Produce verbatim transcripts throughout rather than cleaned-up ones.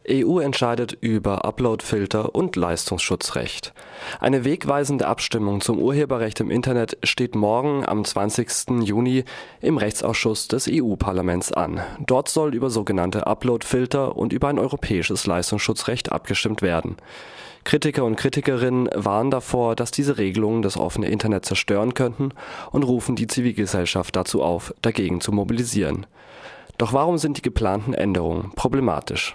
E U entscheidet über Uploadfilter und Leistungsschutzrecht. Eine wegweisende Abstimmung zum Urheberrecht im Internet steht morgen am zwanzigsten Juni im Rechtsausschuss des E U-Parlaments an. Dort soll über sogenannte Uploadfilter und über ein europäisches Leistungsschutzrecht abgestimmt werden. Kritiker und Kritikerinnen warnen davor, dass diese Regelungen das offene Internet zerstören könnten und rufen die Zivilgesellschaft dazu auf, dagegen zu mobilisieren. Doch warum sind die geplanten Änderungen problematisch?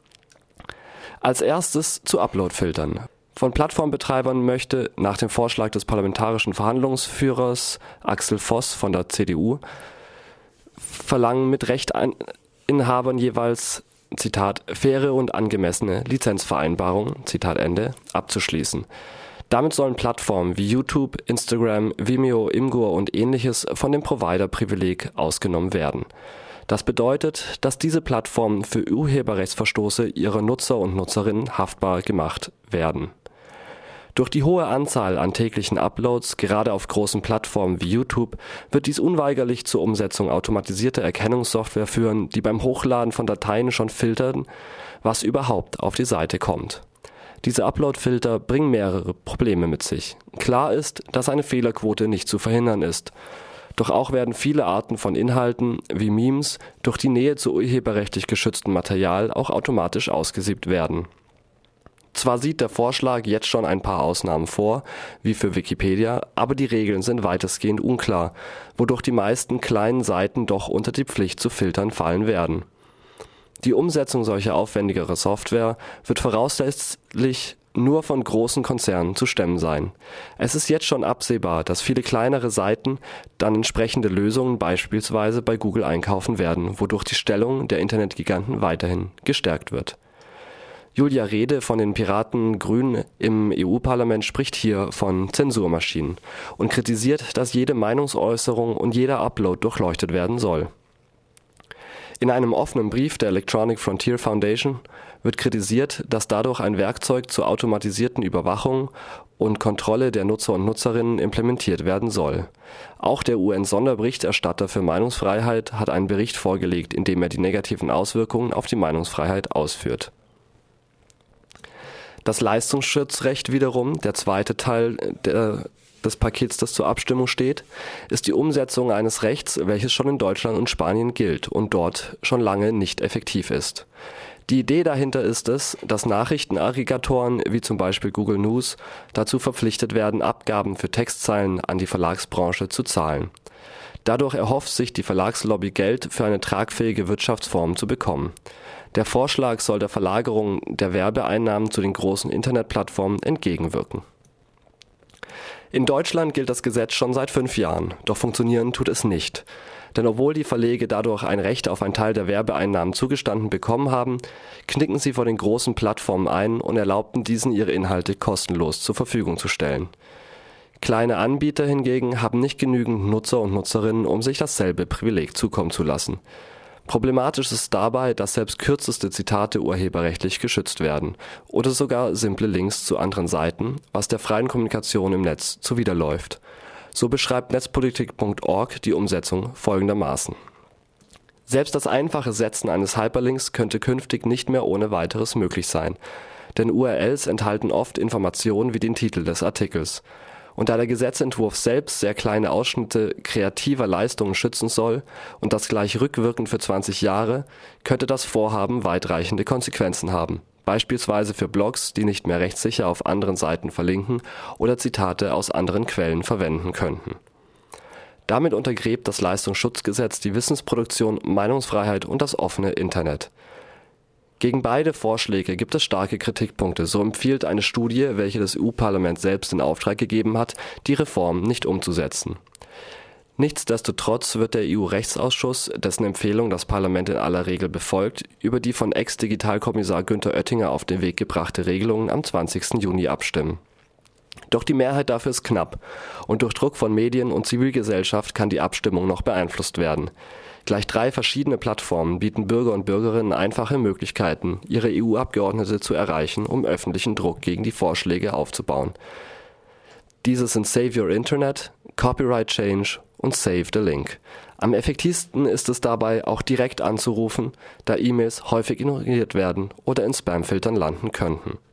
Als erstes zu Uploadfiltern. Von Plattformbetreibern möchte nach dem Vorschlag des parlamentarischen Verhandlungsführers Axel Voss von der C D U verlangen mit Rechteinhabern jeweils, Zitat, faire und angemessene Lizenzvereinbarungen, Zitat Ende, abzuschließen. Damit sollen Plattformen wie YouTube, Instagram, Vimeo, Imgur und ähnliches von dem Provider-Privileg ausgenommen werden. Das bedeutet, dass diese Plattformen für Urheberrechtsverstoße ihrer Nutzer und Nutzerinnen haftbar gemacht werden. Durch die hohe Anzahl an täglichen Uploads, gerade auf großen Plattformen wie YouTube, wird dies unweigerlich zur Umsetzung automatisierter Erkennungssoftware führen, die beim Hochladen von Dateien schon filtern, was überhaupt auf die Seite kommt. Diese Upload-Filter bringen mehrere Probleme mit sich. Klar ist, dass eine Fehlerquote nicht zu verhindern ist. Doch auch werden viele Arten von Inhalten, wie Memes, durch die Nähe zu urheberrechtlich geschütztem Material auch automatisch ausgesiebt werden. Zwar sieht der Vorschlag jetzt schon ein paar Ausnahmen vor, wie für Wikipedia, aber die Regeln sind weitestgehend unklar, wodurch die meisten kleinen Seiten doch unter die Pflicht zu filtern fallen werden. Die Umsetzung solcher aufwendigerer Software wird voraussichtlich nur von großen Konzernen zu stemmen sein. Es ist jetzt schon absehbar, dass viele kleinere Seiten dann entsprechende Lösungen beispielsweise bei Google einkaufen werden, wodurch die Stellung der Internetgiganten weiterhin gestärkt wird. Julia Rehde von den Piraten-Grünen im E U-Parlament spricht hier von Zensurmaschinen und kritisiert, dass jede Meinungsäußerung und jeder Upload durchleuchtet werden soll. In einem offenen Brief der Electronic Frontier Foundation wird kritisiert, dass dadurch ein Werkzeug zur automatisierten Überwachung und Kontrolle der Nutzer und Nutzerinnen implementiert werden soll. Auch der U N-Sonderberichterstatter für Meinungsfreiheit hat einen Bericht vorgelegt, in dem er die negativen Auswirkungen auf die Meinungsfreiheit ausführt. Das Leistungsschutzrecht wiederum, der zweite Teil der, des Pakets, das zur Abstimmung steht, ist die Umsetzung eines Rechts, welches schon in Deutschland und Spanien gilt und dort schon lange nicht effektiv ist. Die Idee dahinter ist es, dass Nachrichtenaggregatoren wie zum Beispiel Google News dazu verpflichtet werden, Abgaben für Textzeilen an die Verlagsbranche zu zahlen. Dadurch erhofft sich die Verlagslobby Geld für eine tragfähige Wirtschaftsform zu bekommen. Der Vorschlag soll der Verlagerung der Werbeeinnahmen zu den großen Internetplattformen entgegenwirken. In Deutschland gilt das Gesetz schon seit fünf Jahren, doch funktionieren tut es nicht. Denn obwohl die Verlege dadurch ein Recht auf einen Teil der Werbeeinnahmen zugestanden bekommen haben, knicken sie vor den großen Plattformen ein und erlaubten diesen, ihre Inhalte kostenlos zur Verfügung zu stellen. Kleine Anbieter hingegen haben nicht genügend Nutzer und Nutzerinnen, um sich dasselbe Privileg zukommen zu lassen. Problematisch ist dabei, dass selbst kürzeste Zitate urheberrechtlich geschützt werden oder sogar simple Links zu anderen Seiten, was der freien Kommunikation im Netz zuwiderläuft. So beschreibt netzpolitik punkt org die Umsetzung folgendermaßen: Selbst das einfache Setzen eines Hyperlinks könnte künftig nicht mehr ohne weiteres möglich sein, denn U R Ls enthalten oft Informationen wie den Titel des Artikels. Und da der Gesetzentwurf selbst sehr kleine Ausschnitte kreativer Leistungen schützen soll und das gleich rückwirkend für zwanzig Jahre, könnte das Vorhaben weitreichende Konsequenzen haben, beispielsweise für Blogs, die nicht mehr rechtssicher auf anderen Seiten verlinken oder Zitate aus anderen Quellen verwenden könnten. Damit untergräbt das Leistungsschutzgesetz die Wissensproduktion, Meinungsfreiheit und das offene Internet. Gegen beide Vorschläge gibt es starke Kritikpunkte, so empfiehlt eine Studie, welche das E U-Parlament selbst in Auftrag gegeben hat, die Reform nicht umzusetzen. Nichtsdestotrotz wird der E U-Rechtsausschuss, dessen Empfehlung das Parlament in aller Regel befolgt, über die von Ex-Digitalkommissar Günther Oettinger auf den Weg gebrachte Regelungen am zwanzigsten Juni abstimmen. Doch die Mehrheit dafür ist knapp und durch Druck von Medien und Zivilgesellschaft kann die Abstimmung noch beeinflusst werden. Gleich drei verschiedene Plattformen bieten Bürger und Bürgerinnen einfache Möglichkeiten, ihre E U-Abgeordnete zu erreichen, um öffentlichen Druck gegen die Vorschläge aufzubauen. Diese sind Save Your Internet, Copyright Change und Save the Link. Am effektivsten ist es dabei, auch direkt anzurufen, da E-Mails häufig ignoriert werden oder in Spamfiltern landen könnten.